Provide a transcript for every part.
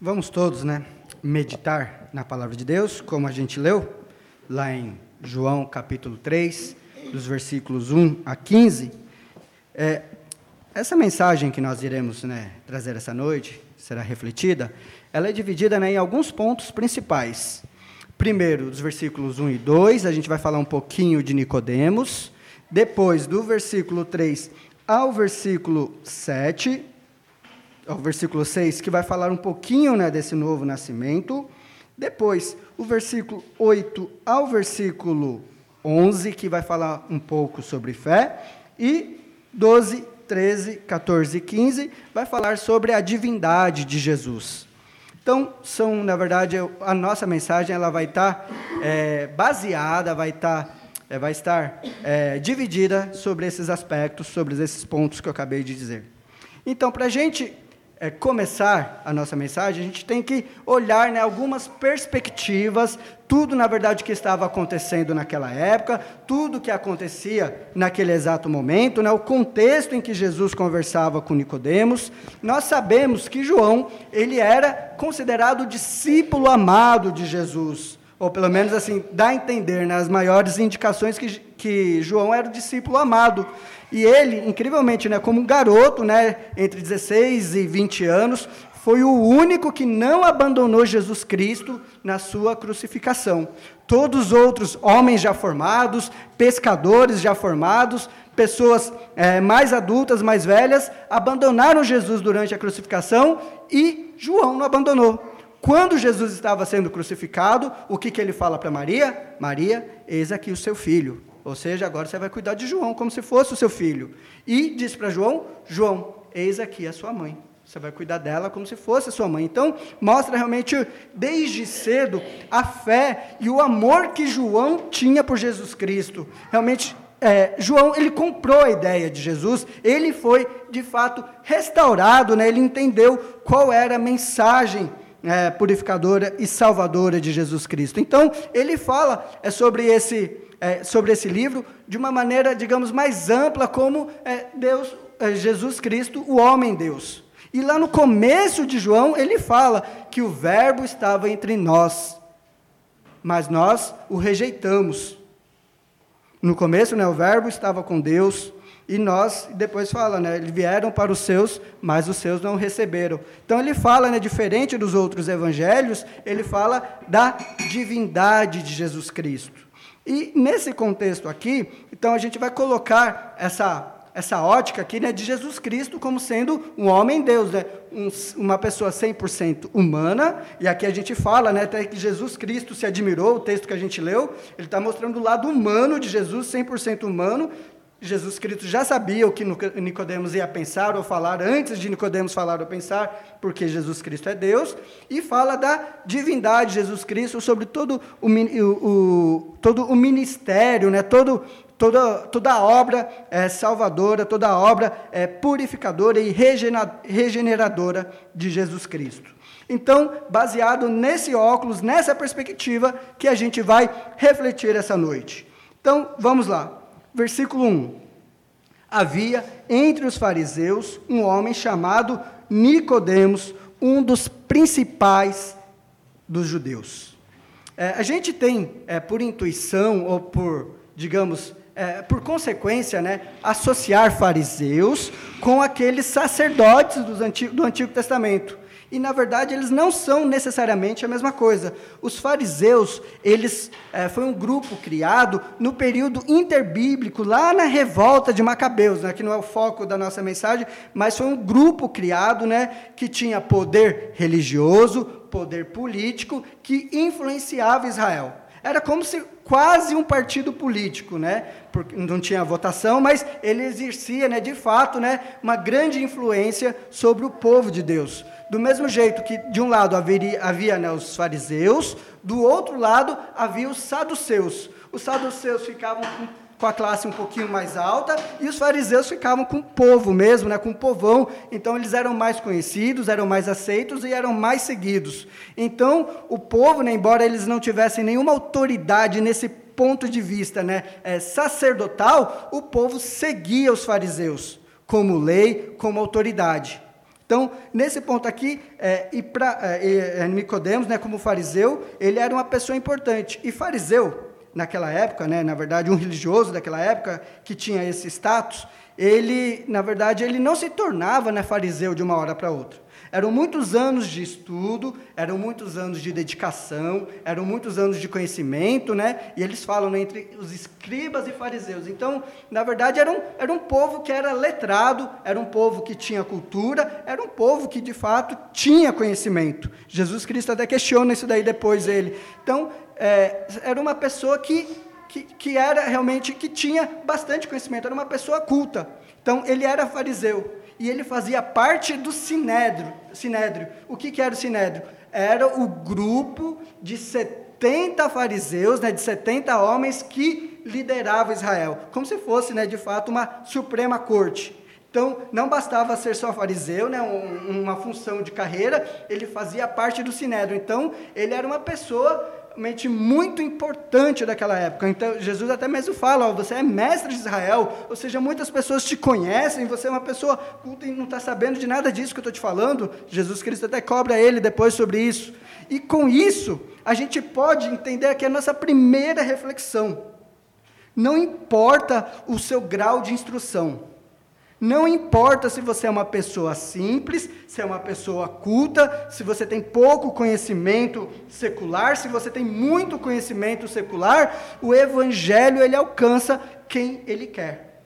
Vamos todos, meditar na palavra de Deus, como a gente leu, lá em João capítulo 3, dos versículos 1 a 15. Essa mensagem que nós iremos trazer essa noite, será refletida, ela é dividida em alguns pontos principais. Primeiro, dos versículos 1 e 2, a gente vai falar um pouquinho de Nicodemos. Depois, do versículo 3 ao versículo 7, ao versículo 6, que vai falar um pouquinho desse novo nascimento. Depois, o versículo 8 ao versículo 11, que vai falar um pouco sobre fé. E 12, 13, 14 e 15, vai falar sobre a divindade de Jesus. Então, na verdade, a nossa mensagem ela vai estar baseada, vai estar dividida sobre esses aspectos, sobre esses pontos que eu acabei de dizer. Então, para a gente começar a nossa mensagem, a gente tem que olhar algumas perspectivas, tudo, na verdade, que estava acontecendo naquela época, tudo que acontecia naquele exato momento, o contexto em que Jesus conversava com Nicodemos. Nós sabemos que João, ele era considerado discípulo amado de Jesus, ou pelo menos assim, dá a entender, as maiores indicações que João era o discípulo amado. E ele, incrivelmente, como um garoto, entre 16 e 20 anos, foi o único que não abandonou Jesus Cristo na sua crucificação. Todos os outros homens já formados, pescadores já formados, pessoas mais adultas, mais velhas, abandonaram Jesus durante a crucificação e João não abandonou. Quando Jesus estava sendo crucificado, o que ele fala para Maria? Maria, eis aqui o seu filho. Ou seja, agora você vai cuidar de João, como se fosse o seu filho. E diz para João, João, eis aqui a sua mãe. Você vai cuidar dela como se fosse a sua mãe. Então, mostra realmente, desde cedo, a fé e o amor que João tinha por Jesus Cristo. Realmente, João, ele comprou a ideia de Jesus, ele foi, de fato, restaurado, ele entendeu qual era a mensagem purificadora e salvadora de Jesus Cristo. Então, ele fala sobre esse livro de uma maneira, digamos, mais ampla, como Deus, Jesus Cristo, o homem-Deus. E lá no começo de João, ele fala que o verbo estava entre nós, mas nós o rejeitamos. No começo, o verbo estava com Deus, e nós, depois fala, eles vieram para os seus, mas os seus não receberam. Então ele fala, diferente dos outros evangelhos, ele fala da divindade de Jesus Cristo. E nesse contexto aqui, então a gente vai colocar essa ótica aqui, de Jesus Cristo como sendo um homem-Deus, uma pessoa 100% humana, e aqui a gente fala, até que Jesus Cristo se admirou, o texto que a gente leu, ele está mostrando o lado humano de Jesus, 100% humano. Jesus Cristo já sabia o que Nicodemos ia pensar ou falar, antes de Nicodemos falar ou pensar, porque Jesus Cristo é Deus, e fala da divindade de Jesus Cristo sobre todo o ministério, toda a obra salvadora, toda a obra purificadora e regeneradora de Jesus Cristo. Então, baseado nesse óculos, nessa perspectiva, que a gente vai refletir essa noite. Então, vamos lá. Versículo 1. Havia entre os fariseus um homem chamado Nicodemos, um dos principais dos judeus. A gente tem, por intuição, ou por, digamos, por consequência, associar fariseus com aqueles sacerdotes do Antigo Testamento. E, na verdade, eles não são necessariamente a mesma coisa. Os fariseus, foi um grupo criado no período interbíblico, lá na revolta de Macabeus, que não é o foco da nossa mensagem, mas foi um grupo criado, que tinha poder religioso, poder político, que influenciava Israel. Era como se quase um partido político, porque não tinha votação, mas ele exercia, de fato, uma grande influência sobre o povo de Deus. Do mesmo jeito que, de um lado, havia os fariseus, do outro lado, havia os saduceus. Os saduceus ficavam com a classe um pouquinho mais alta, e os fariseus ficavam com o povo mesmo, com o povão. Então, eles eram mais conhecidos, eram mais aceitos e eram mais seguidos. Então, o povo, embora eles não tivessem nenhuma autoridade nesse ponto de vista sacerdotal, o povo seguia os fariseus como lei, como autoridade. Então, nesse ponto aqui, Nicodemos, né, como fariseu, ele era uma pessoa importante. E fariseu, naquela época, né, na verdade, um religioso daquela época, que tinha esse status, ele, na verdade, ele não se tornava, né, fariseu de uma hora para outra. Eram muitos anos de estudo, eram muitos anos de dedicação, eram muitos anos de conhecimento, né? E eles falam, né, entre os escribas e fariseus. Então, na verdade, era um povo que era letrado, era um povo que tinha cultura, era um povo que, de fato, tinha conhecimento. Jesus Cristo até questiona isso daí depois, ele. Então, era uma pessoa que era realmente, que tinha bastante conhecimento, era uma pessoa culta. Então, ele era fariseu. E ele fazia parte do Sinédrio. O que era o Sinédrio? Era o grupo de 70 fariseus, né, de 70 homens que lideravam Israel, como se fosse, né, de fato, uma suprema corte. Então, não bastava ser só fariseu, né, uma função de carreira, ele fazia parte do Sinédrio. Então, ele era uma pessoa realmente muito importante daquela época. Então, Jesus até mesmo fala, você é mestre de Israel, ou seja, muitas pessoas te conhecem, você é uma pessoa culta e não está sabendo de nada disso que eu estou te falando. Jesus Cristo até cobra ele depois sobre isso. E com isso, a gente pode entender que a nossa primeira reflexão, não importa o seu grau de instrução, não importa se você é uma pessoa simples, se é uma pessoa culta, se você tem pouco conhecimento secular, se você tem muito conhecimento secular, o Evangelho, ele alcança quem ele quer.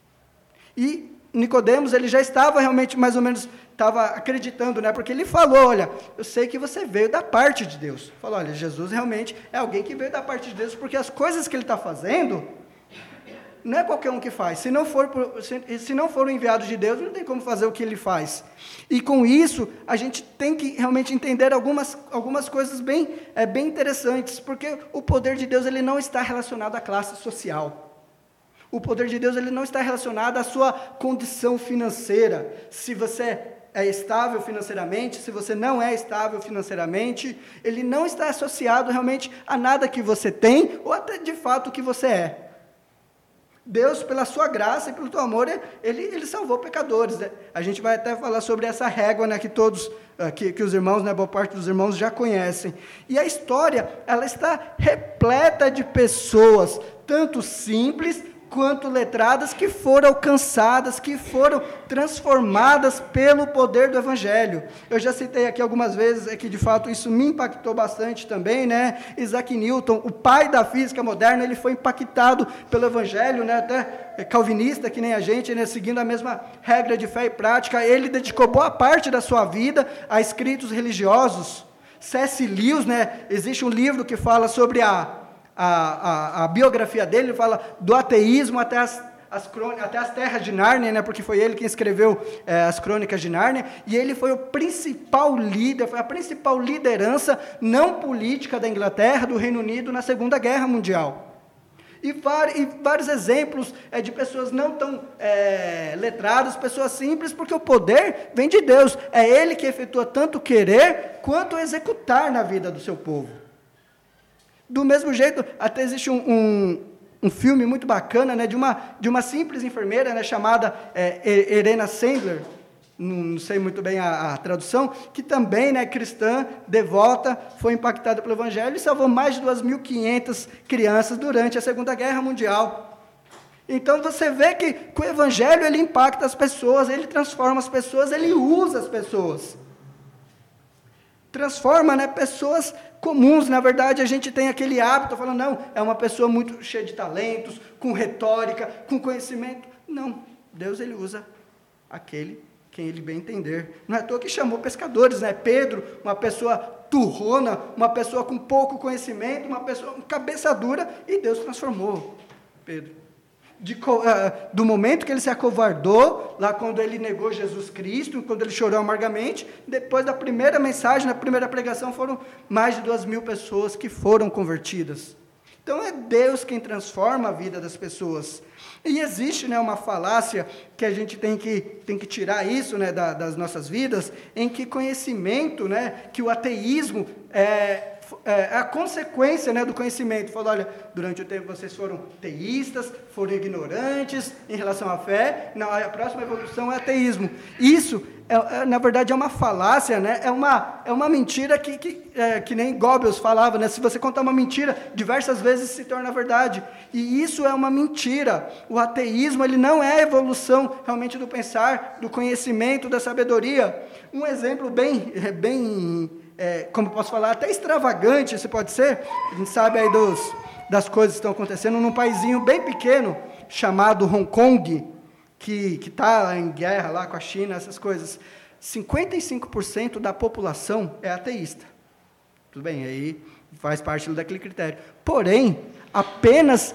E Nicodemos, ele já estava realmente mais ou menos, estava acreditando, né? Porque ele falou, olha, eu sei que você veio da parte de Deus. Falou, olha, Jesus realmente é alguém que veio da parte de Deus, porque as coisas que ele está fazendo, não é qualquer um que faz. Se não for o enviado de Deus, não tem como fazer o que ele faz. E com isso, a gente tem que realmente entender algumas coisas bem interessantes, porque o poder de Deus, ele não está relacionado à classe social. O poder de Deus, ele não está relacionado à sua condição financeira. Se você é estável financeiramente, se você não é estável financeiramente, ele não está associado realmente a nada que você tem, ou até de fato o que você é. Deus, pela sua graça e pelo teu amor, ele salvou pecadores, né? A gente vai até falar sobre essa régua, né, que todos, que os irmãos, né, boa parte dos irmãos já conhecem. E a história, ela está repleta de pessoas, tanto simples quanto letradas, que foram alcançadas, que foram transformadas pelo poder do Evangelho. Eu já citei aqui algumas vezes, que de fato isso me impactou bastante também, né? Isaac Newton, o pai da física moderna, ele foi impactado pelo Evangelho, né? Até calvinista, que nem a gente, né? Seguindo a mesma regra de fé e prática, ele dedicou boa parte da sua vida a escritos religiosos. C.S. Lewis, né? Existe um livro que fala sobre a biografia dele, ele fala do ateísmo até as terras de Nárnia, né, porque foi ele quem escreveu as crônicas de Nárnia, e ele foi o principal líder, foi a principal liderança não política da Inglaterra, do Reino Unido, na Segunda Guerra Mundial. E vários exemplos de pessoas não tão letradas, pessoas simples, porque o poder vem de Deus, é Ele que efetua tanto querer, quanto executar na vida do seu povo. Do mesmo jeito, até existe um filme muito bacana, né, de uma simples enfermeira, né, chamada Irena Sandler, não sei muito bem a tradução, que também, né, cristã, devota, foi impactada pelo Evangelho e salvou mais de 2.500 crianças durante a Segunda Guerra Mundial. Então, você vê que com o Evangelho ele impacta as pessoas, ele transforma as pessoas, ele usa as pessoas. Transforma, né, pessoas comuns. Na verdade, a gente tem aquele hábito, falando, não, é uma pessoa muito cheia de talentos, com retórica, com conhecimento. Não, Deus, ele usa quem ele bem entender. Não é à toa que chamou pescadores, né? Pedro, uma pessoa turrona, uma pessoa com pouco conhecimento, uma pessoa com cabeça dura, e Deus transformou Pedro. Do momento que ele se acovardou, lá quando ele negou Jesus Cristo, quando ele chorou amargamente, depois da primeira mensagem, na primeira pregação, foram mais de 2.000 pessoas que foram convertidas. Então é Deus quem transforma a vida das pessoas. E existe, né, uma falácia que a gente tem que tirar isso, né, das nossas vidas, em que conhecimento, né, que o ateísmo é a consequência, né, do conhecimento. Falou, olha, durante o tempo vocês foram teístas, foram ignorantes em relação à fé, não, a próxima evolução é ateísmo. Isso, na verdade, é uma falácia, né? É uma mentira que nem Goebbels falava, né? Se você contar uma mentira, diversas vezes se torna verdade. E isso é uma mentira. O ateísmo, ele não é a evolução realmente do pensar, do conhecimento, da sabedoria. Um exemplo bem como posso falar, até extravagante, se pode ser, a gente sabe aí das coisas que estão acontecendo num paizinho bem pequeno, chamado Hong Kong, que está em guerra lá com a China, essas coisas. 55% da população é ateísta. Tudo bem, aí faz parte daquele critério. Porém, apenas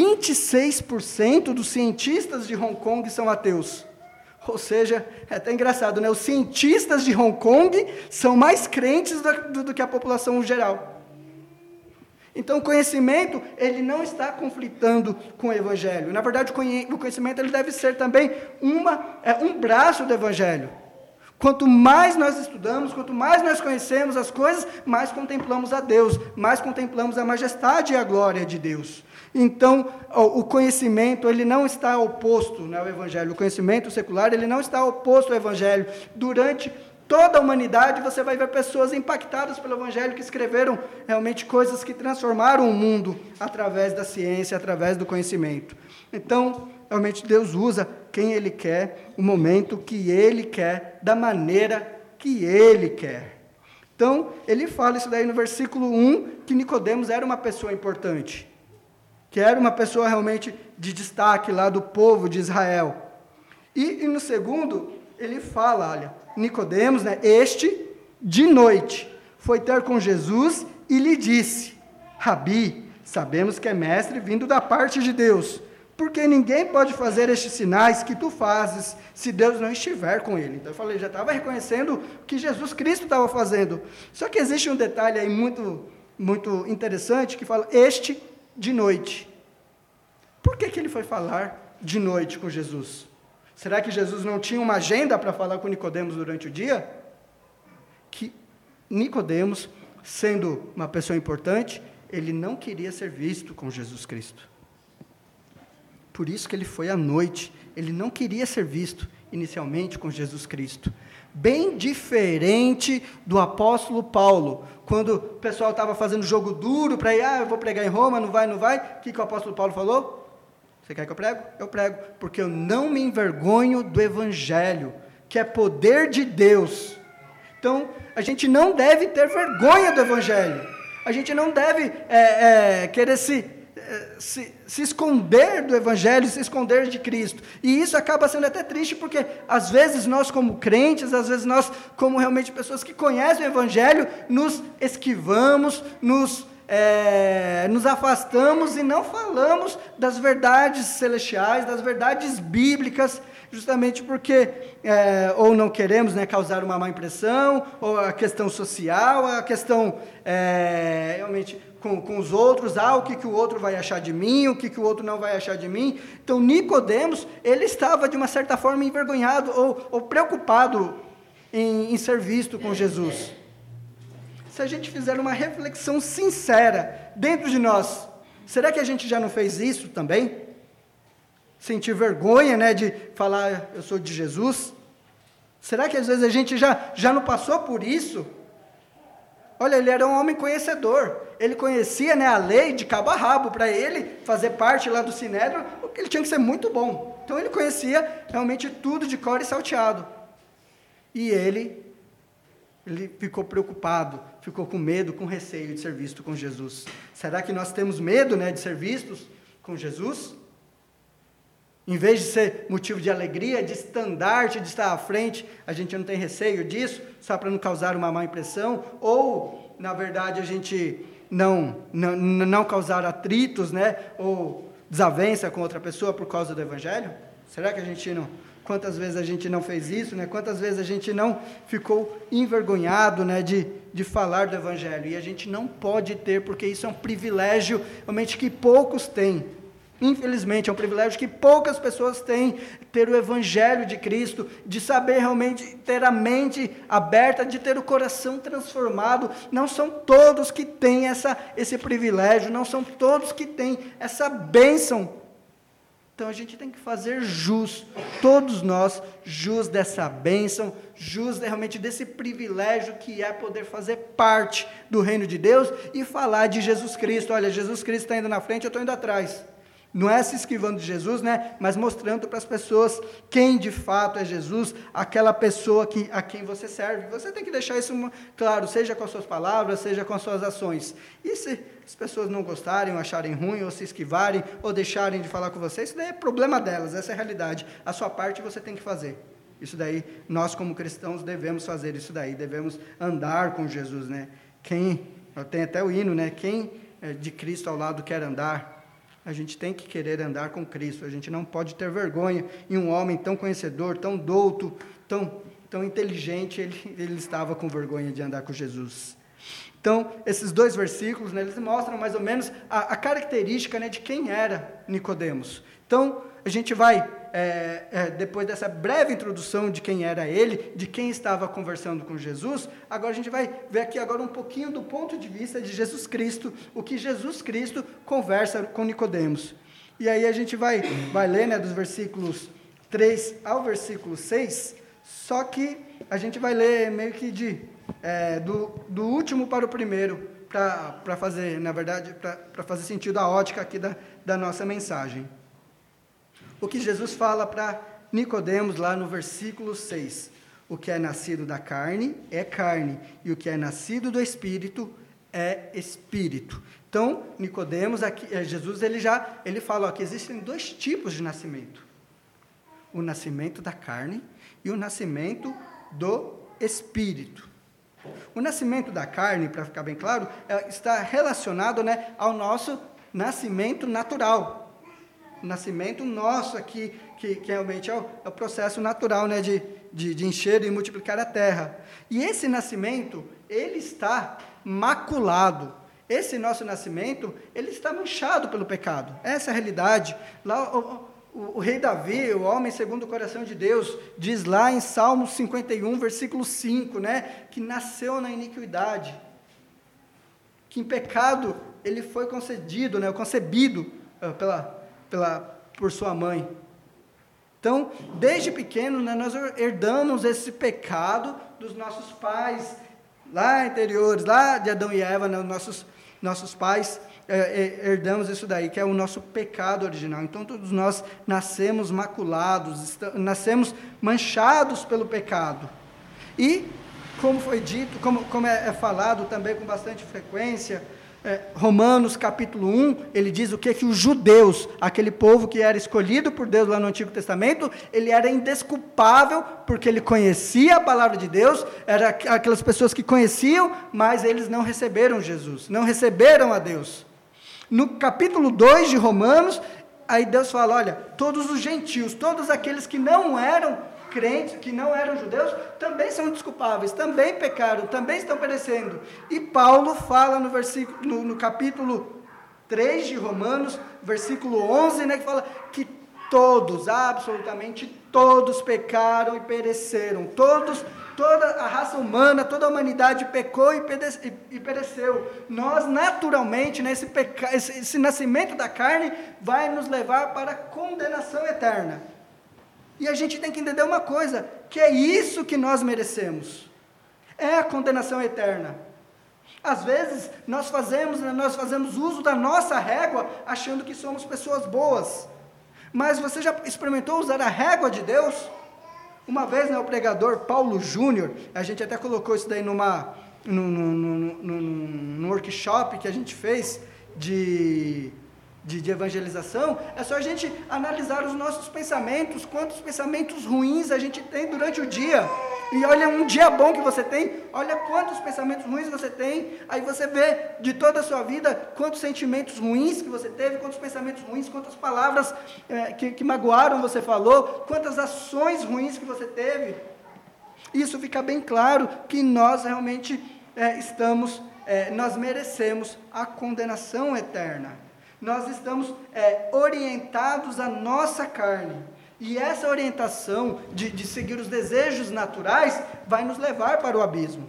26% dos cientistas de Hong Kong são ateus. Ou seja, é até engraçado, né? Os cientistas de Hong Kong são mais crentes do que a população geral. Então, o conhecimento, ele não está conflitando com o Evangelho. Na verdade, o conhecimento ele deve ser também um braço do Evangelho. Quanto mais nós estudamos, quanto mais nós conhecemos as coisas, mais contemplamos a Deus, mais contemplamos a majestade e a glória de Deus. Então, o conhecimento, ele não está oposto, né, ao Evangelho. O conhecimento secular, ele não está oposto ao Evangelho. Durante toda a humanidade, você vai ver pessoas impactadas pelo Evangelho, que escreveram realmente coisas que transformaram o mundo através da ciência, através do conhecimento. Então, realmente Deus usa quem Ele quer, o momento que Ele quer, da maneira que Ele quer. Então, ele fala isso daí no versículo 1, que Nicodemos era uma pessoa importante, que era uma pessoa realmente de destaque lá do povo de Israel. E no segundo, ele fala, olha, Nicodemos, né, este, de noite, foi ter com Jesus e lhe disse, Rabi, sabemos que é mestre vindo da parte de Deus, porque ninguém pode fazer estes sinais que tu fazes, se Deus não estiver com ele. Então eu falei, já estava reconhecendo o que Jesus Cristo estava fazendo. Só que existe um detalhe aí muito, muito interessante, que fala, este de noite. Por que ele foi falar de noite com Jesus? Será que Jesus não tinha uma agenda para falar com Nicodemos durante o dia? Que Nicodemos, sendo uma pessoa importante, ele não queria ser visto com Jesus Cristo. Por isso que ele foi à noite. Ele não queria ser visto inicialmente com Jesus Cristo. Bem diferente do apóstolo Paulo, quando o pessoal estava fazendo jogo duro para ir, eu vou pregar em Roma, não vai, o que o apóstolo Paulo falou? Você quer que eu prego? Eu prego, porque eu não me envergonho do Evangelho, que é poder de Deus. Então, a gente não deve ter vergonha do Evangelho, a gente não deve querer se esconder do Evangelho, se esconder de Cristo. E isso acaba sendo até triste, porque às vezes nós como crentes, às vezes nós como realmente pessoas que conhecem o Evangelho, nos esquivamos, nos afastamos e não falamos das verdades celestiais, das verdades bíblicas, justamente porque ou não queremos, né, causar uma má impressão, ou a questão social, a questão realmente com os outros, o que o outro vai achar de mim, o que o outro não vai achar de mim. Então, Nicodemos, ele estava, de uma certa forma, envergonhado ou preocupado em ser visto com Jesus. Se a gente fizer uma reflexão sincera dentro de nós, será que a gente já não fez isso também? Sentir vergonha, né, de falar, eu sou de Jesus? Será que às vezes a gente já não passou por isso? Olha, ele era um homem conhecedor, ele conhecia, né, a lei de cabo a rabo. Para ele fazer parte lá do Sinédrio, ele tinha que ser muito bom. Então ele conhecia realmente tudo de cor e salteado. E ele ficou preocupado, ficou com medo, com receio de ser visto com Jesus. Será que nós temos medo, né, de ser vistos com Jesus? Em vez de ser motivo de alegria, de estandarte, de estar à frente, a gente não tem receio disso, só para não causar uma má impressão, ou, na verdade, a gente não causar atritos, né, ou desavença com outra pessoa por causa do Evangelho? Será que a gente não... Quantas vezes a gente não fez isso, né? Quantas vezes a gente não ficou envergonhado, né, de falar do Evangelho? E a gente não pode ter, porque isso é um privilégio realmente que poucos têm. Infelizmente, é um privilégio que poucas pessoas têm, ter o Evangelho de Cristo, de saber realmente ter a mente aberta, de ter o coração transformado. Não são todos que têm esse privilégio, não são todos que têm essa bênção. Então a gente tem que fazer jus, todos nós, jus dessa bênção, jus realmente desse privilégio que é poder fazer parte do reino de Deus e falar de Jesus Cristo. Olha, Jesus Cristo está indo na frente, eu estou indo atrás. Não é se esquivando de Jesus, né? Mas mostrando para as pessoas quem de fato é Jesus, aquela pessoa a quem você serve. Você tem que deixar isso claro, seja com as suas palavras, seja com as suas ações. E se as pessoas não gostarem, ou acharem ruim, ou se esquivarem, ou deixarem de falar com você, isso daí é problema delas, essa é a realidade. A sua parte você tem que fazer. Isso daí, nós como cristãos devemos fazer isso daí, devemos andar com Jesus, né? Tem até o hino, né? Quem de Cristo ao lado quer andar? A gente tem que querer andar com Cristo, a gente não pode ter vergonha em um homem tão conhecedor, tão douto, tão inteligente, ele estava com vergonha de andar com Jesus. Então, esses 2 versículos, né, eles mostram mais ou menos a característica, né, de quem era Nicodemos. Então, a gente vai, depois dessa breve introdução de quem era ele, de quem estava conversando com Jesus, agora a gente vai ver aqui agora um pouquinho do ponto de vista de Jesus Cristo, o que Jesus Cristo conversa com Nicodemos. E aí a gente vai ler, né, dos versículos 3 ao versículo 6, só que a gente vai ler meio que do último para o primeiro, para fazer, na verdade, para fazer sentido a ótica aqui da nossa mensagem. O que Jesus fala para Nicodemos lá no versículo 6. O que é nascido da carne é carne, e o que é nascido do Espírito é Espírito. Então, Nicodemos, aqui, Jesus ele fala que existem 2 tipos de nascimento. O nascimento da carne e o nascimento do Espírito. O nascimento da carne, para ficar bem claro, está relacionado, né, ao nosso nascimento natural. O nascimento nosso aqui, que realmente é o processo natural, né, de encher e multiplicar a terra. E esse nascimento, ele está maculado. Esse nosso nascimento, ele está manchado pelo pecado. Essa é a realidade. Lá, o rei Davi, o homem segundo o coração de Deus, diz lá em Salmo 51, versículo 5, né, que nasceu na iniquidade. Que em pecado ele foi concebido por sua mãe. Então, desde pequeno, né, nós herdamos esse pecado dos nossos pais, lá anteriores, lá de Adão e Eva, né, nossos pais, herdamos isso daí, que é o nosso pecado original. Então, todos nós nascemos maculados, nascemos manchados pelo pecado. E, como foi dito, como é falado também com bastante frequência, Romanos capítulo 1, ele diz o que os judeus, aquele povo que era escolhido por Deus lá no Antigo Testamento, ele era indesculpável, porque ele conhecia a palavra de Deus, eram aquelas pessoas que conheciam, mas eles não receberam Jesus, não receberam a Deus. No capítulo 2 de Romanos, aí Deus fala, olha, todos os gentios, todos aqueles que não eram crentes, que não eram judeus, também são desculpáveis, também pecaram, também estão perecendo. E Paulo fala no capítulo 3 de Romanos, versículo 11, né, que fala que todos, absolutamente todos pecaram e pereceram. Toda a raça humana, toda a humanidade pecou e pereceu. Nós, naturalmente, né, esse nascimento da carne vai nos levar para a condenação eterna. E a gente tem que entender uma coisa, que é isso que nós merecemos. É a condenação eterna. Às vezes, nós fazemos uso da nossa régua, achando que somos pessoas boas. Mas você já experimentou usar a régua de Deus? Uma vez, né, o pregador Paulo Júnior, a gente até colocou isso daí num workshop que a gente fez de evangelização, é só a gente analisar os nossos pensamentos, quantos pensamentos ruins a gente tem durante o dia, e olha um dia bom que você tem, olha quantos pensamentos ruins você tem, aí você vê de toda a sua vida, quantos sentimentos ruins que você teve, quantos pensamentos ruins, quantas palavras que magoaram você falou, quantas ações ruins que você teve. Isso fica bem claro que nós realmente nós merecemos a condenação eterna. nós estamos orientados à nossa carne. E essa orientação de seguir os desejos naturais vai nos levar para o abismo.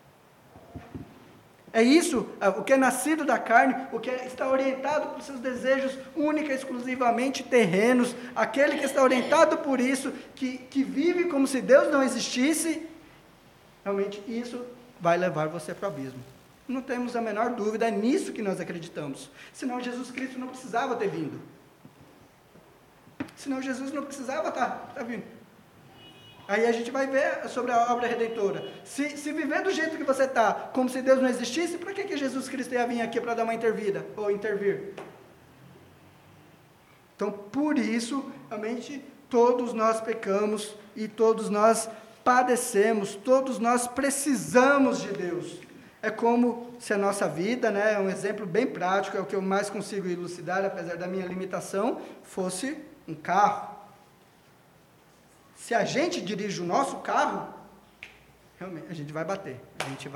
É isso, o que é nascido da carne, o que está orientado por seus desejos única e exclusivamente terrenos, aquele que está orientado por isso, que vive como se Deus não existisse, realmente isso vai levar você para o abismo. Não temos a menor dúvida, é nisso que nós acreditamos. Senão Jesus Cristo não precisava ter vindo. Senão Jesus não precisava estar vindo. Aí a gente vai ver sobre a obra redentora. Se viver do jeito que você está, como se Deus não existisse, para que Jesus Cristo ia vir aqui para dar uma intervida, ou intervir? Então, por isso, realmente, todos nós pecamos, e todos nós padecemos, todos nós precisamos de Deus. É como se a nossa vida, é um exemplo bem prático, é o que eu mais consigo elucidar, apesar da minha limitação, fosse um carro. Se a gente dirige o nosso carro, realmente a gente vai bater, a gente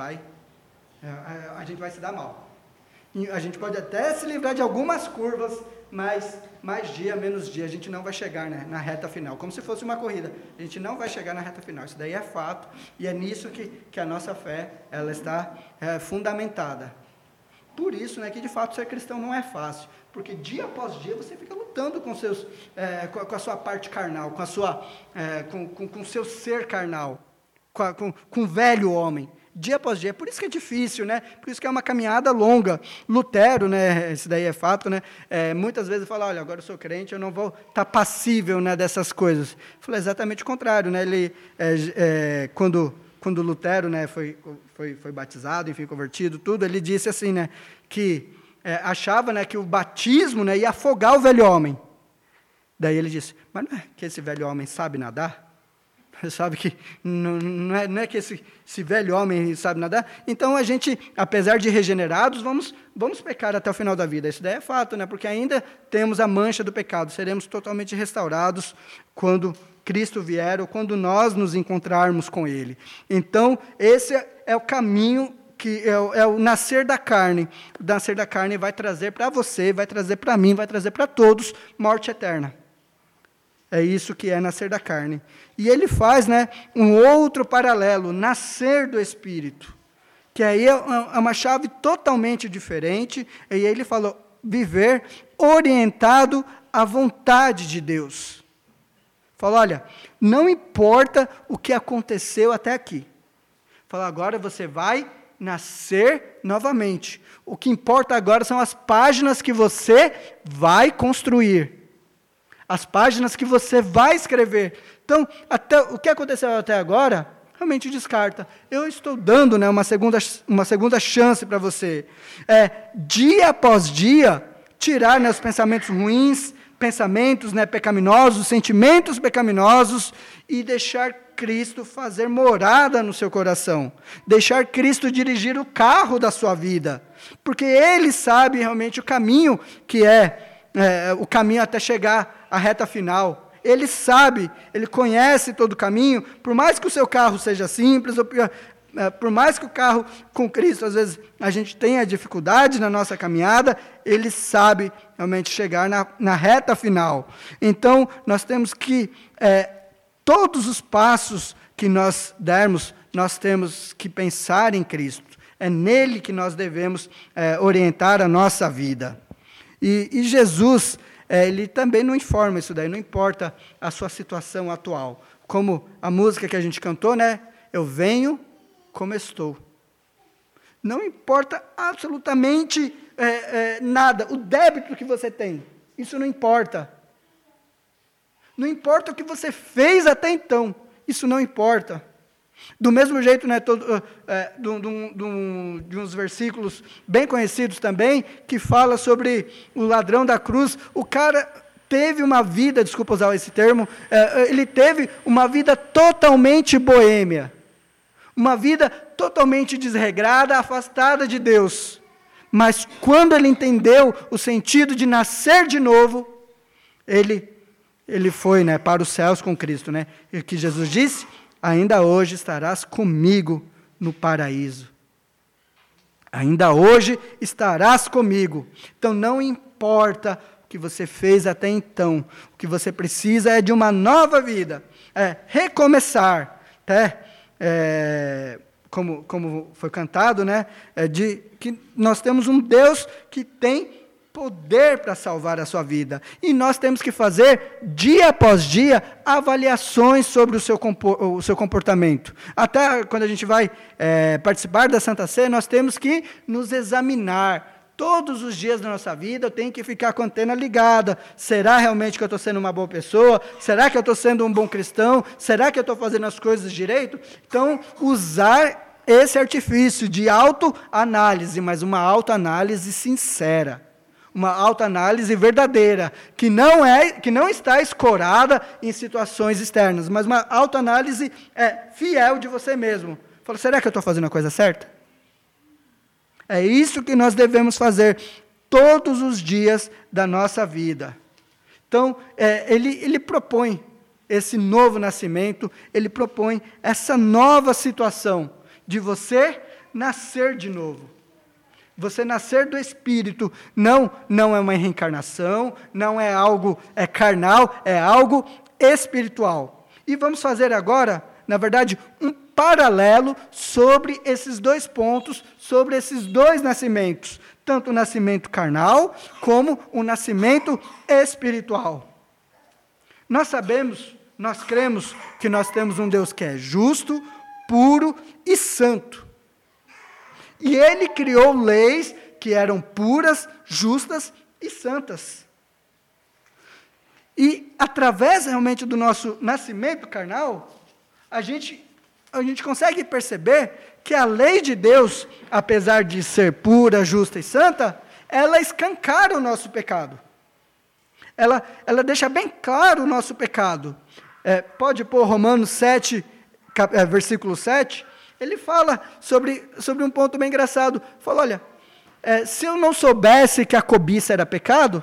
vai se dar mal. E a gente pode até se livrar de algumas curvas, mas mais dia, menos dia, a gente não vai chegar na reta final, como se fosse uma corrida. A gente não vai chegar na reta final, isso daí é fato, e é nisso que a nossa fé ela está fundamentada. Por isso, que de fato ser cristão não é fácil, porque dia após dia você fica lutando com a sua parte carnal, com o seu ser carnal, com o velho homem. Dia após dia, por isso que é difícil, por isso que é uma caminhada longa. Lutero, isso daí é fato, muitas vezes fala, olha, agora eu sou crente, eu não vou estar passível, dessas coisas. Fala exatamente o contrário, ele, quando Lutero, foi batizado, enfim, convertido, tudo, ele disse assim, que achava, que o batismo, ia afogar o velho homem. Daí ele disse, mas não é que esse velho homem sabe nadar? Sabe que não é que esse velho homem sabe nadar? Então a gente, apesar de regenerados, vamos pecar até o final da vida. Isso daí é fato, porque ainda temos a mancha do pecado. Seremos totalmente restaurados quando Cristo vier ou quando nós nos encontrarmos com Ele. Então esse é o caminho que é o nascer da carne. O nascer da carne vai trazer para você, vai trazer para mim, vai trazer para todos morte eterna. É isso que é nascer da carne. E ele faz, um outro paralelo, nascer do Espírito, que aí é uma chave totalmente diferente, e aí ele falou, viver orientado à vontade de Deus. Falou, olha, não importa o que aconteceu até aqui. Falou, agora você vai nascer novamente. O que importa agora são as páginas que você vai construir. As páginas que você vai escrever. Então, o que aconteceu até agora, realmente descarta. Eu estou dando uma segunda chance para você. Dia após dia, tirar os pensamentos ruins, pensamentos pecaminosos, sentimentos pecaminosos, e deixar Cristo fazer morada no seu coração. Deixar Cristo dirigir o carro da sua vida. Porque Ele sabe realmente o caminho que o caminho até chegar à reta final. Ele sabe, Ele conhece todo o caminho, por mais que o seu carro seja simples, ou por mais que o carro com Cristo, às vezes, a gente tenha dificuldade na nossa caminhada, Ele sabe realmente chegar na reta final. Então, nós temos que, todos os passos que nós dermos, nós temos que pensar em Cristo. É nele que nós devemos orientar a nossa vida. E Jesus, ele também não informa isso daí, não importa a sua situação atual. Como a música que a gente cantou, eu venho como estou. Não importa absolutamente nada, o débito que você tem, isso não importa. Não importa o que você fez até então, isso não importa. Do mesmo jeito, de uns versículos bem conhecidos também, que fala sobre o ladrão da cruz. O cara teve uma vida, desculpa usar esse termo, ele teve uma vida totalmente boêmia, uma vida totalmente desregrada, afastada de Deus. Mas quando ele entendeu o sentido de nascer de novo, ele foi para os céus com Cristo. E o que Jesus disse? Ainda hoje estarás comigo no paraíso. Ainda hoje estarás comigo. Então não importa o que você fez até então, o que você precisa é de uma nova vida, é recomeçar, como foi cantado, né? De que nós temos um Deus que tem poder para salvar a sua vida. E nós temos que fazer, dia após dia, avaliações sobre o seu comportamento. Até quando a gente vai participar da Santa Ceia, nós temos que nos examinar. Todos os dias da nossa vida eu tenho que ficar com a antena ligada. Será realmente que eu estou sendo uma boa pessoa? Será que eu estou sendo um bom cristão? Será que eu estou fazendo as coisas direito? Então, usar esse artifício de autoanálise, mas uma autoanálise sincera. Uma autoanálise verdadeira, que não está escorada em situações externas, mas uma autoanálise fiel de você mesmo. Fala, será que eu estou fazendo a coisa certa? É isso que nós devemos fazer todos os dias da nossa vida. Então, ele propõe esse novo nascimento, ele propõe essa nova situação de você nascer de novo. Você nascer do Espírito não é uma reencarnação, não é algo carnal, é algo espiritual. E vamos fazer agora, na verdade, um paralelo sobre esses dois pontos, sobre esses dois nascimentos, tanto o nascimento carnal como o nascimento espiritual. Nós sabemos, nós cremos que nós temos um Deus que é justo, puro e santo. E Ele criou leis que eram puras, justas e santas. E através realmente do nosso nascimento carnal, a gente consegue perceber que a lei de Deus, apesar de ser pura, justa e santa, ela escancara o nosso pecado. Ela deixa bem claro o nosso pecado. Pode pôr Romanos 7, versículo 7, ele fala sobre um ponto bem engraçado. Fala, olha, se eu não soubesse que a cobiça era pecado,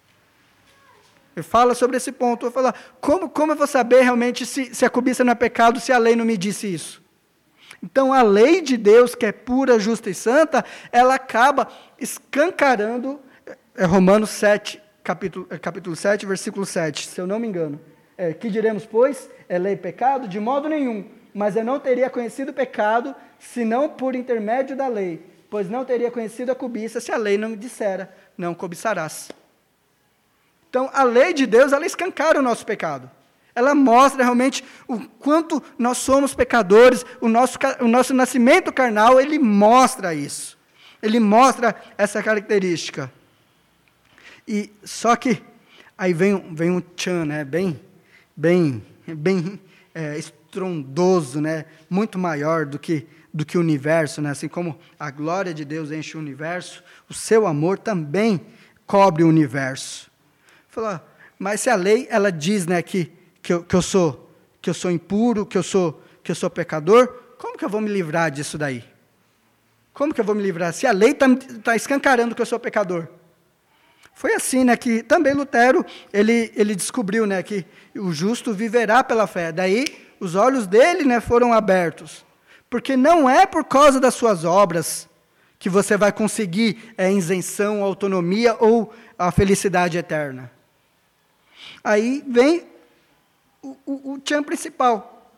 ele fala sobre esse ponto. Eu vou falar, como eu vou saber realmente se a cobiça não é pecado, se a lei não me disse isso? Então, a lei de Deus, que é pura, justa e santa, ela acaba escancarando, Romanos 7, capítulo 7, versículo 7, se eu não me engano. Que diremos, pois, é lei pecado? De modo nenhum, mas eu não teria conhecido o pecado, senão por intermédio da lei, pois não teria conhecido a cobiça, se a lei não me dissera, não cobiçarás. Então, a lei de Deus, ela escancara o nosso pecado. Ela mostra realmente o quanto nós somos pecadores, o nosso nascimento carnal, ele mostra isso. Ele mostra essa característica. E só que, aí vem um tchan, né, bem estrondoso, né, muito maior do que o universo, né, assim como a glória de Deus enche o universo, o seu amor também cobre o universo. Falar, mas se a lei, ela diz, né, que eu sou impuro, que eu sou pecador, como que eu vou me livrar disso daí? Como que eu vou me livrar? Se a lei está escancarando que eu sou pecador. Foi assim, né, que também Lutero, ele descobriu, né, que o justo viverá pela fé. Daí, os olhos dele, né, foram abertos. Porque não é por causa das suas obras que você vai conseguir isenção, autonomia ou a felicidade eterna. Aí vem o tchan principal.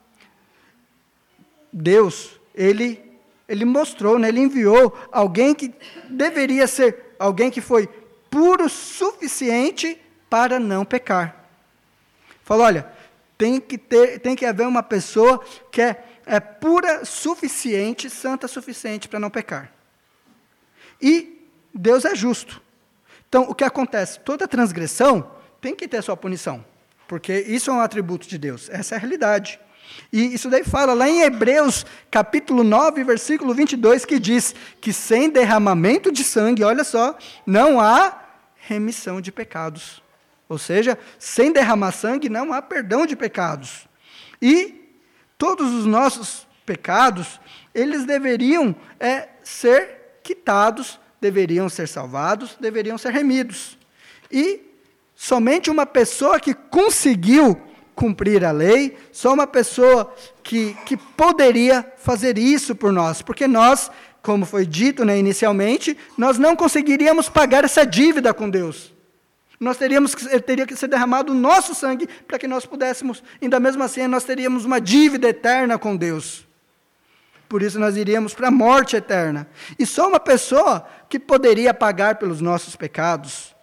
Deus, ele mostrou, né, ele enviou alguém que deveria ser alguém que foi puro o suficiente para não pecar. Falou, olha, tem que haver uma pessoa que é pura suficiente, santa suficiente para não pecar. E Deus é justo. Então, o que acontece? Toda transgressão tem que ter sua punição, porque isso é um atributo de Deus, essa é a realidade. E isso daí fala lá em Hebreus, capítulo 9, versículo 22, que diz que sem derramamento de sangue, olha só, não há remissão de pecados. Ou seja, sem derramar sangue não há perdão de pecados. E todos os nossos pecados, eles deveriam ser quitados, deveriam ser salvados, deveriam ser remidos. E somente uma pessoa que conseguiu cumprir a lei, só uma pessoa que poderia fazer isso por nós, porque nós como foi dito, né, inicialmente, nós não conseguiríamos pagar essa dívida com Deus. Teria que ser derramado o nosso sangue para que nós pudéssemos, ainda mesmo assim, nós teríamos uma dívida eterna com Deus. Por isso nós iríamos para a morte eterna. E só uma pessoa que poderia pagar pelos nossos pecados.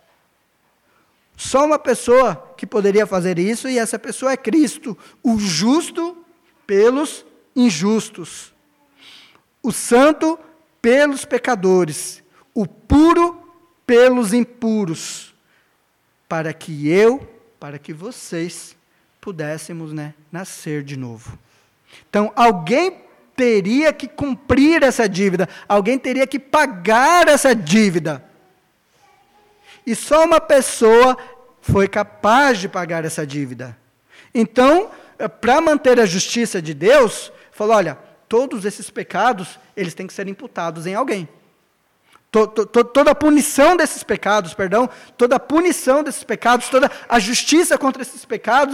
Só uma pessoa que poderia fazer isso, e essa pessoa é Cristo, o justo pelos injustos, o santo pelos pecadores, o puro pelos impuros, para que vocês pudéssemos, nascer de novo. Então, alguém teria que cumprir essa dívida, alguém teria que pagar essa dívida. E só uma pessoa foi capaz de pagar essa dívida. Então, para manter a justiça de Deus, falou, olha, todos esses pecados, eles têm que ser imputados em alguém. Toda a punição desses pecados, toda a punição desses pecados, toda a justiça contra esses pecados,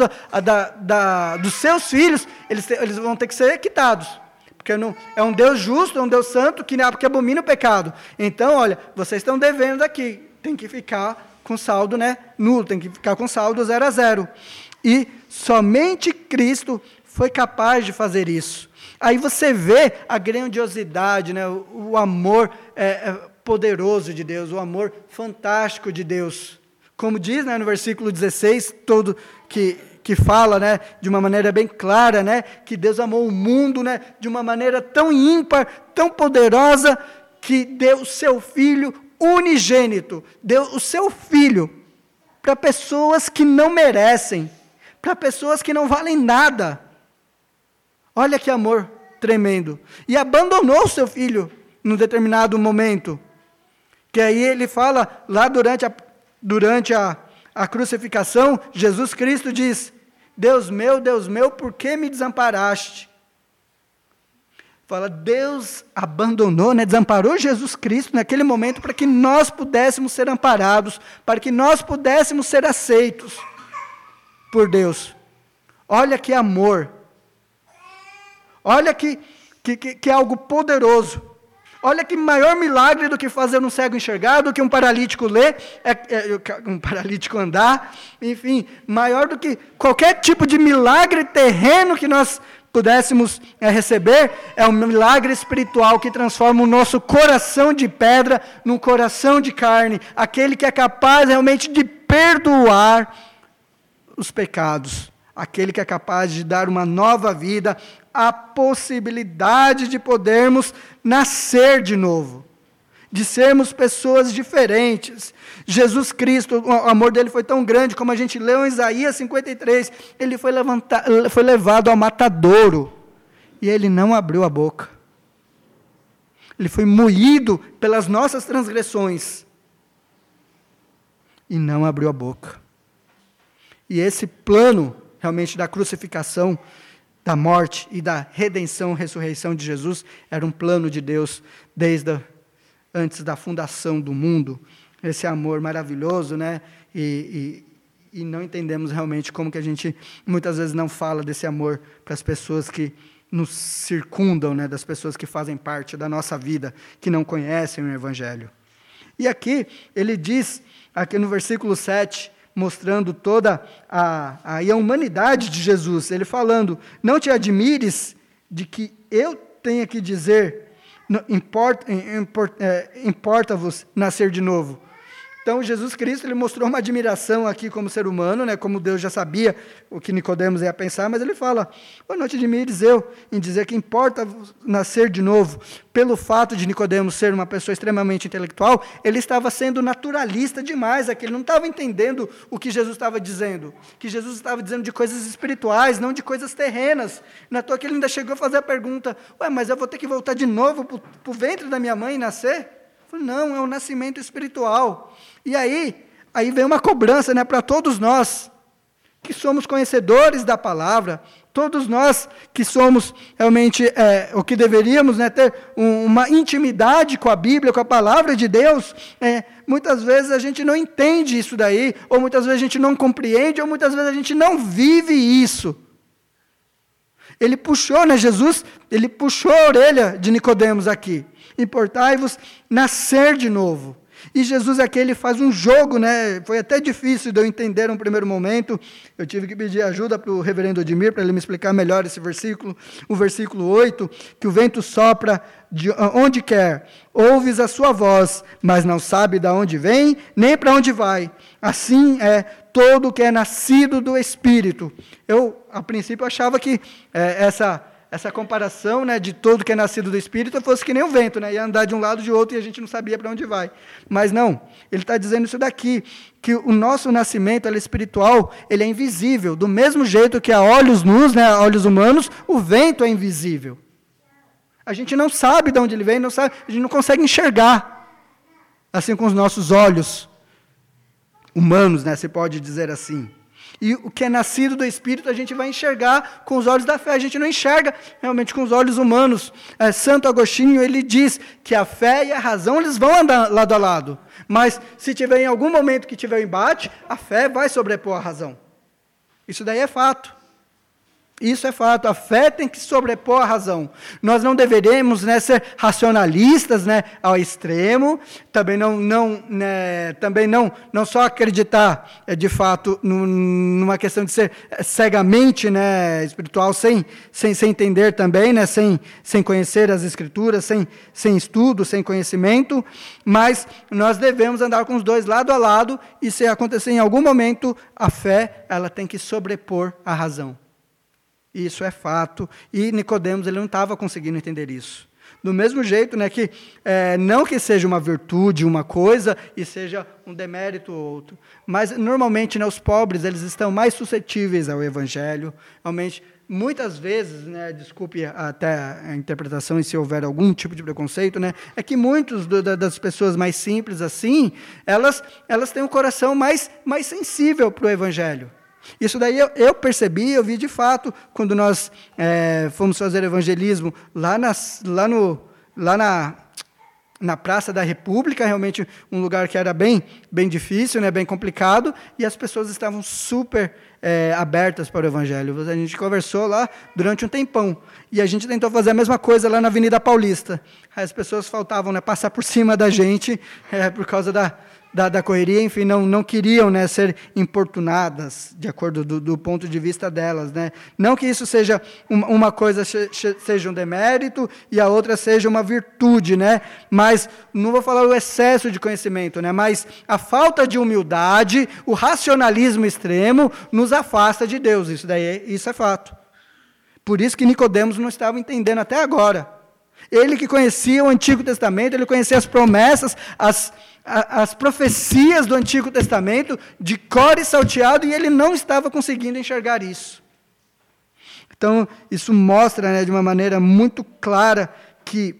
dos seus filhos, eles vão ter que ser quitados. Porque não, é um Deus justo, é um Deus santo, que abomina o pecado. Então, olha, vocês estão devendo aqui, tem que ficar com saldo nulo, tem que ficar com saldo 0-0. E somente Cristo foi capaz de fazer isso. Aí você vê a grandiosidade, o amor poderoso de Deus, o amor fantástico de Deus. Como diz no versículo 16, todo que fala de uma maneira bem clara, que Deus amou o mundo de uma maneira tão ímpar, tão poderosa, que deu o seu Filho unigênito, deu o seu Filho para pessoas que não merecem, para pessoas que não valem nada. Olha que amor tremendo. E abandonou o seu Filho num determinado momento. Que aí ele fala, lá durante a crucificação, Jesus Cristo diz, Deus meu, por que me desamparaste? Fala, Deus abandonou, desamparou Jesus Cristo naquele momento para que nós pudéssemos ser amparados, para que nós pudéssemos ser aceitos por Deus. Olha que amor. Olha que é algo poderoso. Olha que maior milagre do que fazer um cego enxergar, do que um paralítico ler, um paralítico andar, enfim, maior do que qualquer tipo de milagre terreno que nós pudéssemos receber, é um milagre espiritual que transforma o nosso coração de pedra num coração de carne, aquele que é capaz realmente de perdoar os pecados, aquele que é capaz de dar uma nova vida, a possibilidade de podermos nascer de novo, de sermos pessoas diferentes. Jesus Cristo, o amor dele foi tão grande, como a gente leu em Isaías 53, ele foi levado ao matadouro, e ele não abriu a boca. Ele foi moído pelas nossas transgressões, e não abriu a boca. E esse plano, realmente, da crucificação, da morte e da redenção, ressurreição de Jesus, era um plano de Deus desde antes da fundação do mundo. Esse amor maravilhoso, e não entendemos realmente como que a gente muitas vezes não fala desse amor para as pessoas que nos circundam, das pessoas que fazem parte da nossa vida, que não conhecem o Evangelho. E aqui, ele diz, aqui no versículo 7, mostrando toda a humanidade de Jesus, ele falando, não te admires de que eu tenha que dizer, importa-vos nascer de novo. Então, Jesus Cristo, ele mostrou uma admiração aqui como ser humano, como Deus já sabia o que Nicodemos ia pensar, mas ele fala, não te admires eu em dizer que importa nascer de novo. Pelo fato de Nicodemos ser uma pessoa extremamente intelectual, ele estava sendo naturalista demais aqui, ele não estava entendendo o que Jesus estava dizendo, que Jesus estava dizendo de coisas espirituais, não de coisas terrenas. Na toa que ele ainda chegou a fazer a pergunta, mas eu vou ter que voltar de novo para o ventre da minha mãe e nascer? Não, é um nascimento espiritual. E aí vem uma cobrança para todos nós, que somos conhecedores da palavra, todos nós que somos realmente o que deveríamos ter uma intimidade com a Bíblia, com a palavra de Deus, muitas vezes a gente não entende isso daí, ou muitas vezes a gente não compreende, ou muitas vezes a gente não vive isso. Ele puxou, né, Jesus, ele puxou a orelha de Nicodemos aqui. Importai-vos nascer de novo. E Jesus aqui, ele faz um jogo, né? Foi até difícil de eu entender no primeiro momento. Eu tive que pedir ajuda para o reverendo Odimir, para ele me explicar melhor esse versículo. O versículo 8, que o vento sopra de onde quer. Ouves a sua voz, mas não sabe de onde vem, nem para onde vai. Assim é todo que é nascido do Espírito. Eu, a princípio, achava que essa comparação, né, de todo que é nascido do Espírito fosse que nem o vento, né, ia andar de um lado de outro e a gente não sabia para onde vai. Mas não, ele está dizendo isso daqui, que o nosso nascimento ele é espiritual, ele é invisível, do mesmo jeito que a olhos nus, né, a olhos humanos, o vento é invisível. A gente não sabe de onde ele vem, não sabe, a gente não consegue enxergar, assim com os nossos olhos humanos, né, se pode dizer assim. E o que é nascido do Espírito a gente vai enxergar com os olhos da fé. A gente não enxerga realmente com os olhos humanos. Santo Agostinho, ele diz que a fé e a razão eles vão andar lado a lado. Mas se tiver em algum momento que tiver um embate, a fé vai sobrepor a razão. Isso daí é fato. Isso é fato, a fé tem que sobrepor a razão. Nós não deveremos, né, ser racionalistas, né, ao extremo, também não só acreditar de fato numa questão de ser cegamente, né, espiritual, sem entender também, né, sem conhecer as Escrituras, sem estudo, sem conhecimento, mas nós devemos andar com os dois lado a lado e se acontecer em algum momento, a fé ela tem que sobrepor a razão. Isso é fato, e Nicodemos ele não estava conseguindo entender isso. Do mesmo jeito, né, que não que seja uma virtude, uma coisa, e seja um demérito ou outro, mas normalmente, né, os pobres eles estão mais suscetíveis ao Evangelho, realmente, muitas vezes, né, desculpe até a interpretação e se houver algum tipo de preconceito, né, é que muitos das pessoas mais simples assim, elas têm um coração mais sensível para o Evangelho. Isso daí eu percebi, eu vi de fato, quando nós fomos fazer evangelismo lá na Praça da República, realmente um lugar que era bem difícil, né, bem complicado, e as pessoas estavam super abertas para o Evangelho. A gente conversou lá durante um tempão, e a gente tentou fazer a mesma coisa lá na Avenida Paulista. Aí as pessoas faltavam, né, passar por cima da gente, por causa da correria, enfim, não queriam, né, ser importunadas, de acordo do ponto de vista delas. Né? Não que isso seja uma coisa seja um demérito e a outra seja uma virtude, né? Mas não vou falar o excesso de conhecimento, né? Mas a falta de humildade, o racionalismo extremo nos afasta de Deus, isso é fato. Por isso que Nicodemos não estava entendendo até agora. Ele que conhecia o Antigo Testamento, ele conhecia as promessas, as profecias do Antigo Testamento, de cor e salteado, e ele não estava conseguindo enxergar isso. Então, isso mostra, né, de uma maneira muito clara que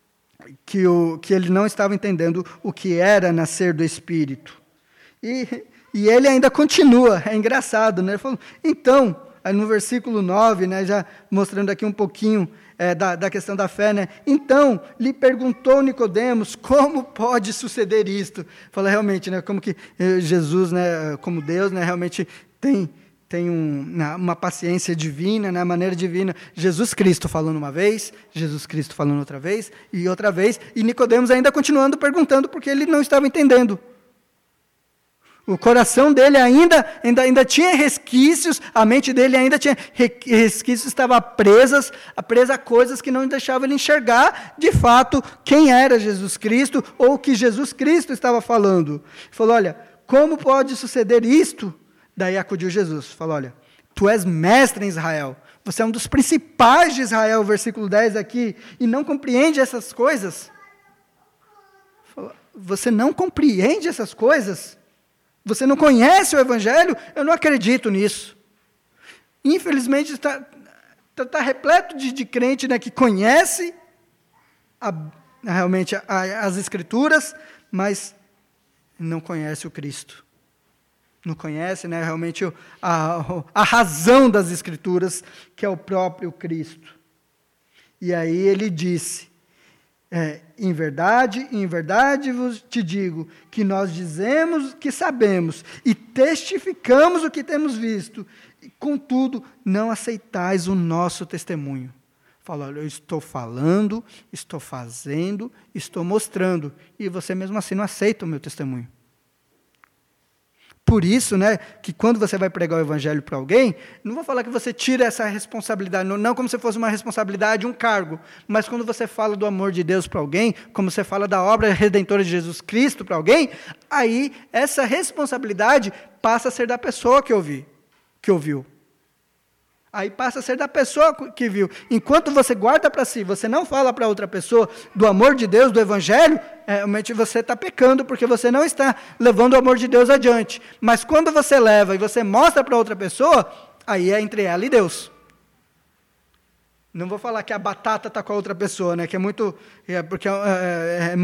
ele não estava entendendo o que era nascer do Espírito. E ele ainda continua, é engraçado, né? Ele falou, então, aí no versículo 9, né, já mostrando aqui um pouquinho da questão da fé, né? Então, lhe perguntou Nicodemos, como pode suceder isto? Fala realmente, né, como que Jesus, né, como Deus, né, realmente tem uma paciência divina, né, maneira divina. Jesus Cristo falando uma vez, Jesus Cristo falando outra vez, e Nicodemos ainda continuando perguntando, porque ele não estava entendendo. O coração dele ainda tinha resquícios, a mente dele ainda tinha resquícios, estava presa a coisas que não deixavam ele enxergar, de fato, quem era Jesus Cristo, ou o que Jesus Cristo estava falando. Ele falou, olha, como pode suceder isto? Daí acudiu Jesus, falou, olha, tu és mestre em Israel, você é um dos principais de Israel, versículo 10 aqui, e não compreende essas coisas? Falou, você não compreende essas coisas? Você não conhece o Evangelho? Eu não acredito nisso. Infelizmente, está repleto de crente, né, que conhece realmente as Escrituras, mas não conhece o Cristo. Não conhece, né, realmente a razão das Escrituras, que é o próprio Cristo. E aí ele disse, em verdade vos te digo, que nós dizemos que sabemos, e testificamos o que temos visto, Contudo, não aceitais o nosso testemunho. Fala, olha, eu estou falando, estou fazendo, estou mostrando, e você mesmo assim não aceita o meu testemunho. Por isso, né, que quando você vai pregar o evangelho para alguém, não vou falar que você tira essa responsabilidade, não como se fosse uma responsabilidade, um cargo, mas quando você fala do amor de Deus para alguém, como você fala da obra redentora de Jesus Cristo para alguém, aí essa responsabilidade passa a ser da pessoa que ouviu. Aí passa a ser da pessoa que viu. Enquanto você guarda para si, você não fala para outra pessoa do amor de Deus, do evangelho, realmente você está pecando, porque você não está levando o amor de Deus adiante. Mas quando você leva e você mostra para outra pessoa, aí é entre ela e Deus. Não vou falar que a batata está com a outra pessoa, né? Que é muito, porque é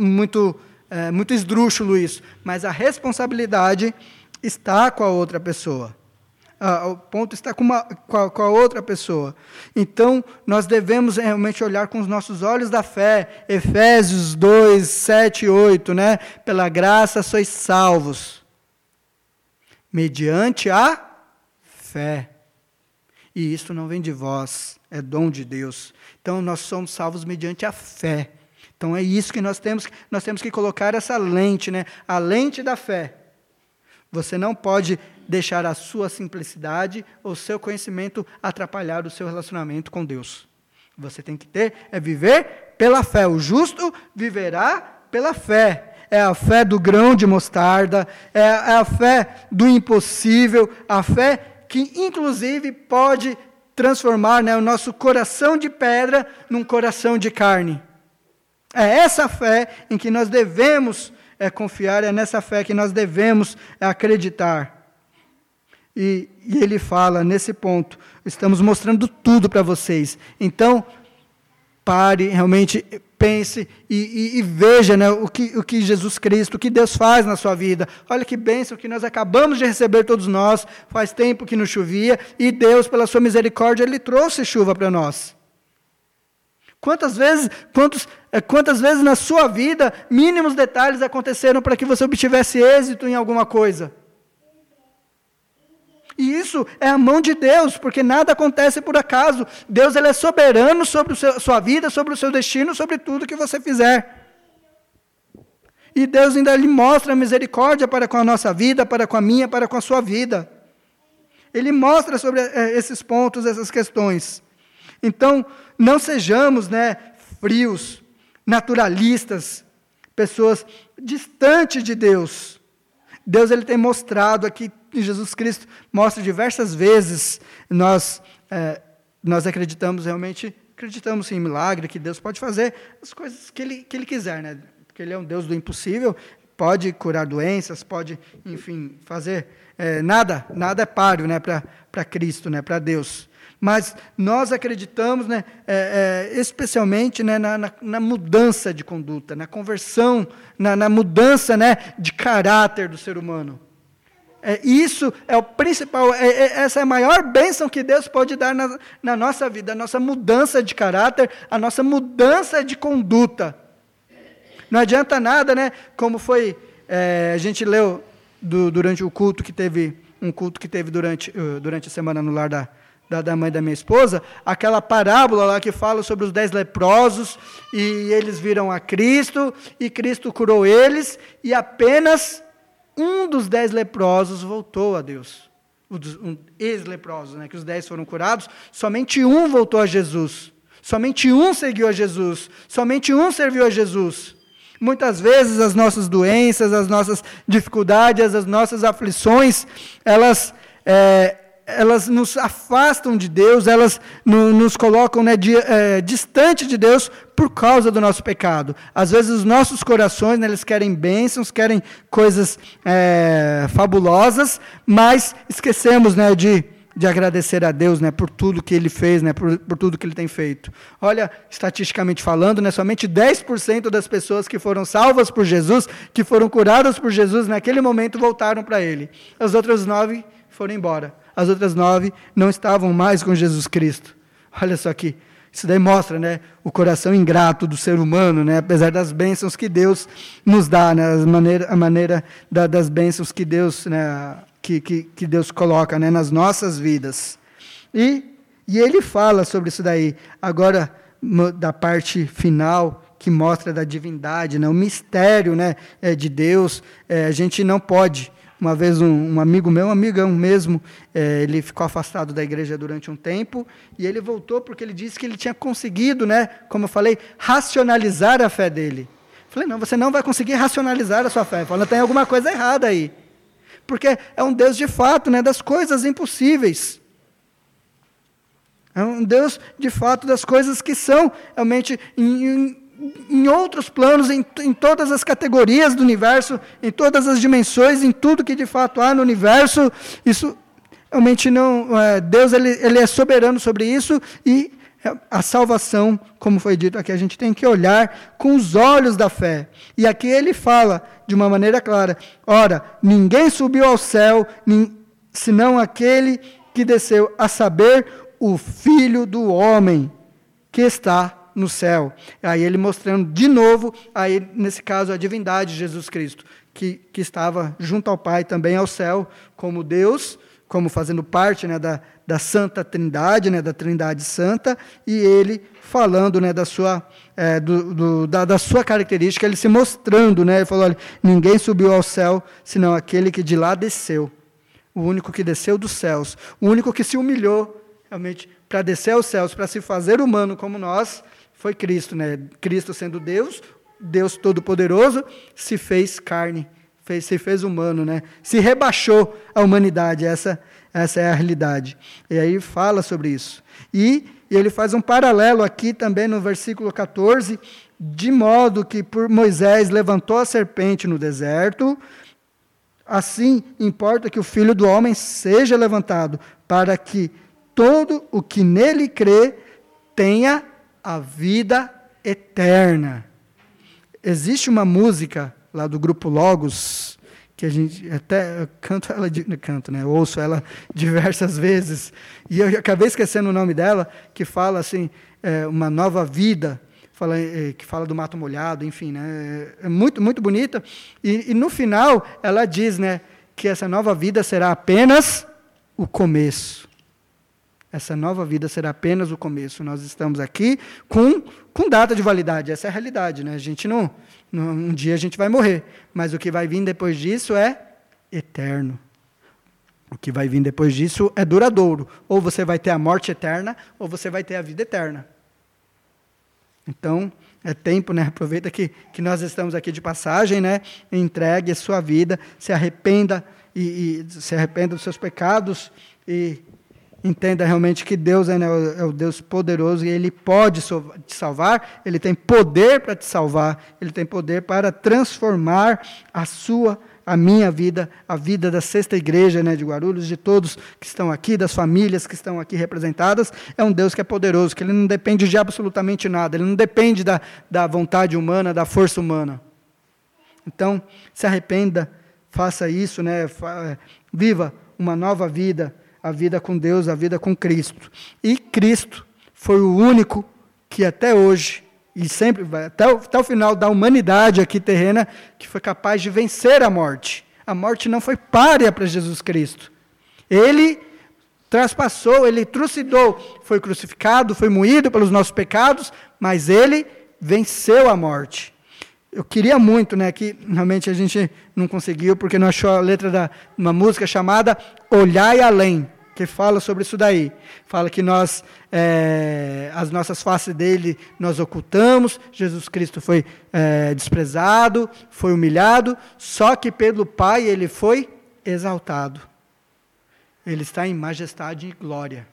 muito esdrúxulo isso. Mas a responsabilidade está com a outra pessoa. O ponto está com a outra pessoa. Então, nós devemos realmente olhar com os nossos olhos da fé. Efésios 2, 7 e 8, né? Pela graça sois salvos, mediante a fé. E isso não vem de vós, é dom de Deus. Então, nós somos salvos mediante a fé. Então, é isso que nós temos que colocar essa lente, né? A lente da fé. Você não pode deixar a sua simplicidade ou seu conhecimento atrapalhar o seu relacionamento com Deus. Você tem que viver pela fé. O justo viverá pela fé. É a fé do grão de mostarda, é a fé do impossível, a fé que, inclusive, pode transformar, né, o nosso coração de pedra num coração de carne. É essa fé em que nós devemos confiar, é nessa fé que nós devemos acreditar. E ele fala nesse ponto, estamos mostrando tudo para vocês. Então, pare, realmente pense e veja, né, o que Jesus Cristo, o que Deus faz na sua vida. Olha que bênção que nós acabamos de receber todos nós, faz tempo que não chovia, e Deus, pela sua misericórdia, Ele trouxe chuva para nós. Quantas vezes na sua vida, mínimos detalhes aconteceram para que você obtivesse êxito em alguma coisa? E isso é a mão de Deus, porque nada acontece por acaso. Deus, Ele é soberano sobre a sua vida, sobre o seu destino, sobre tudo que você fizer. E Deus ainda lhe mostra a misericórdia para com a nossa vida, para com a minha, para com a sua vida. Ele mostra sobre esses pontos, essas questões. Então, não sejamos, né, frios, naturalistas, pessoas distantes de Deus. Deus, Ele tem mostrado aqui, e Jesus Cristo mostra diversas vezes, nós acreditamos sim, em milagre, que Deus pode fazer as coisas que Ele quiser, né? Porque Ele é um Deus do impossível, pode curar doenças, pode, enfim, fazer, nada é páreo, né, para Cristo, né, para Deus. Mas nós acreditamos, né, especialmente, né, na mudança de conduta, na conversão, na mudança, né, de caráter do ser humano. Isso é o principal, essa é a maior bênção que Deus pode dar na nossa vida, a nossa mudança de caráter, a nossa mudança de conduta. Não adianta nada, né, como foi, a gente leu durante o culto que teve, durante a semana no lar da mãe da minha esposa, aquela parábola lá que fala sobre os 10 leprosos, e eles viram a Cristo, e Cristo curou eles, e apenas um dos 10 leprosos voltou a Deus. Ex-leprosos, né, que os 10 foram curados, somente um voltou a Jesus. Somente um seguiu a Jesus. Somente um serviu a Jesus. Muitas vezes as nossas doenças, as nossas dificuldades, as nossas aflições, elas nos afastam de Deus, elas nos colocam, né, distante de Deus por causa do nosso pecado. Às vezes os nossos corações, né, eles querem bênçãos, querem coisas fabulosas, mas esquecemos, né, de agradecer a Deus, né, por tudo que Ele fez, né, por tudo que Ele tem feito. Olha, estatisticamente falando, né, somente 10% das pessoas que foram salvas por Jesus, que foram curadas por Jesus, naquele momento voltaram para Ele. As outras 9 foram embora. As outras 9 não estavam mais com Jesus Cristo. Olha só aqui, isso daí mostra, né, o coração ingrato do ser humano, né, apesar das bênçãos que Deus nos dá, né, a maneira das bênçãos que Deus, né, que Deus coloca, né, nas nossas vidas. E ele fala sobre isso daí. Agora, da parte final, que mostra da divindade, né, o mistério, né, de Deus. A gente não pode. Uma vez um amigo meu, um amigão mesmo, ele ficou afastado da igreja durante um tempo, e ele voltou porque ele disse que ele tinha conseguido, né, como eu falei, racionalizar a fé dele. Falei, não, você não vai conseguir racionalizar a sua fé. Falando, tem alguma coisa errada aí. Porque é um Deus de fato, né, das coisas impossíveis. É um Deus de fato das coisas que são realmente em outros planos, em todas as categorias do universo, em todas as dimensões, em tudo que de fato há no universo. Isso realmente não... Deus ele é soberano sobre isso, e a salvação, como foi dito aqui, a gente tem que olhar com os olhos da fé. E aqui ele fala de uma maneira clara: ora, ninguém subiu ao céu, senão aquele que desceu, a saber, o Filho do Homem, que está no céu. Aí ele mostrando de novo, aí nesse caso, a divindade de Jesus Cristo, que estava junto ao Pai, também ao céu, como Deus, como fazendo parte, né, da Santa Trindade, né, da Trindade Santa, e ele falando, né, da sua característica, ele se mostrando, né, ele falou, olha, ninguém subiu ao céu, senão aquele que de lá desceu, o único que desceu dos céus, o único que se humilhou, realmente, para descer aos céus, para se fazer humano como nós, foi Cristo, né? Cristo sendo Deus, Deus Todo-Poderoso, se fez carne, se fez humano, né? Se rebaixou a humanidade, essa é a realidade. E aí fala sobre isso. E ele faz um paralelo aqui também no versículo 14, de modo que por Moisés levantou a serpente no deserto, assim importa que o Filho do Homem seja levantado, para que todo o que nele crê tenha a vida eterna. Existe uma música lá do grupo Logos, que a gente até eu ouço ela diversas vezes, e eu acabei esquecendo o nome dela, que fala assim, uma nova vida, que fala do mato molhado, enfim, né, é muito, muito bonita, e no final ela diz, né, que essa nova vida será apenas o começo. Essa nova vida será apenas o começo. Nós estamos aqui com data de validade. Essa é a realidade, né? A gente um dia a gente vai morrer. Mas o que vai vir depois disso é eterno. O que vai vir depois disso é duradouro. Ou você vai ter a morte eterna, ou você vai ter a vida eterna. Então, é tempo, né? Aproveita que nós estamos aqui de passagem, né? Entregue a sua vida, se arrependa e se arrependa dos seus pecados e entenda realmente que Deus é o Deus poderoso, e Ele pode te salvar, Ele tem poder para te salvar, Ele tem poder para transformar a minha vida, a vida da Sexta Igreja, né, de Guarulhos, de todos que estão aqui, das famílias que estão aqui representadas. É um Deus que é poderoso, que Ele não depende de absolutamente nada, Ele não depende da vontade humana, da força humana. Então, se arrependa, faça isso, né, viva uma nova vida, a vida com Deus, a vida com Cristo. E Cristo foi o único que até hoje, e sempre, até o final da humanidade aqui terrena, que foi capaz de vencer a morte. A morte não foi párea para Jesus Cristo. Ele traspassou, Ele trucidou, foi crucificado, foi moído pelos nossos pecados, mas Ele venceu a morte. Eu queria muito, né, que realmente a gente não conseguiu, porque não achou a letra de uma música chamada Olhai Além, que fala sobre isso daí. Fala que nós, as nossas faces dele, nós ocultamos, Jesus Cristo foi desprezado, foi humilhado, só que pelo Pai ele foi exaltado. Ele está em majestade e glória.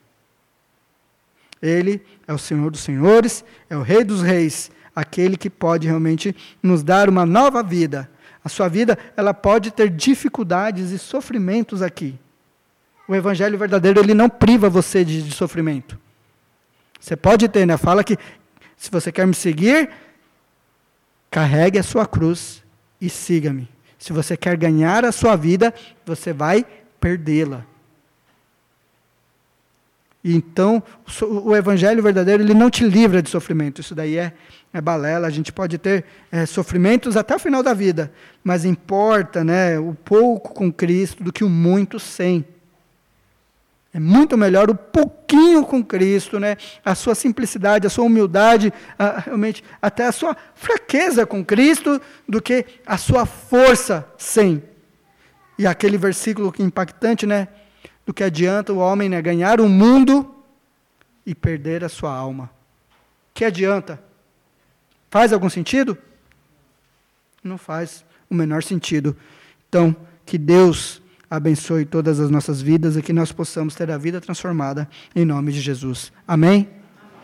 Ele é o Senhor dos senhores, é o Rei dos reis, aquele que pode realmente nos dar uma nova vida. A sua vida, ela pode ter dificuldades e sofrimentos aqui. O Evangelho verdadeiro, ele não priva você de sofrimento. Você pode ter, né? Fala que, se você quer me seguir, carregue a sua cruz e siga-me. Se você quer ganhar a sua vida, você vai perdê-la. Então, o evangelho verdadeiro, ele não te livra de sofrimento. Isso daí é balela. A gente pode ter sofrimentos até o final da vida, mas importa, né, o pouco com Cristo do que o muito sem. É muito melhor o pouquinho com Cristo, né, a sua simplicidade, a sua humildade, realmente até a sua fraqueza com Cristo, do que a sua força sem. E aquele versículo que é impactante, né? Do que adianta o homem, né, ganhar o mundo e perder a sua alma. Que adianta? Faz algum sentido? Não faz o menor sentido. Então, que Deus abençoe todas as nossas vidas e que nós possamos ter a vida transformada em nome de Jesus. Amém?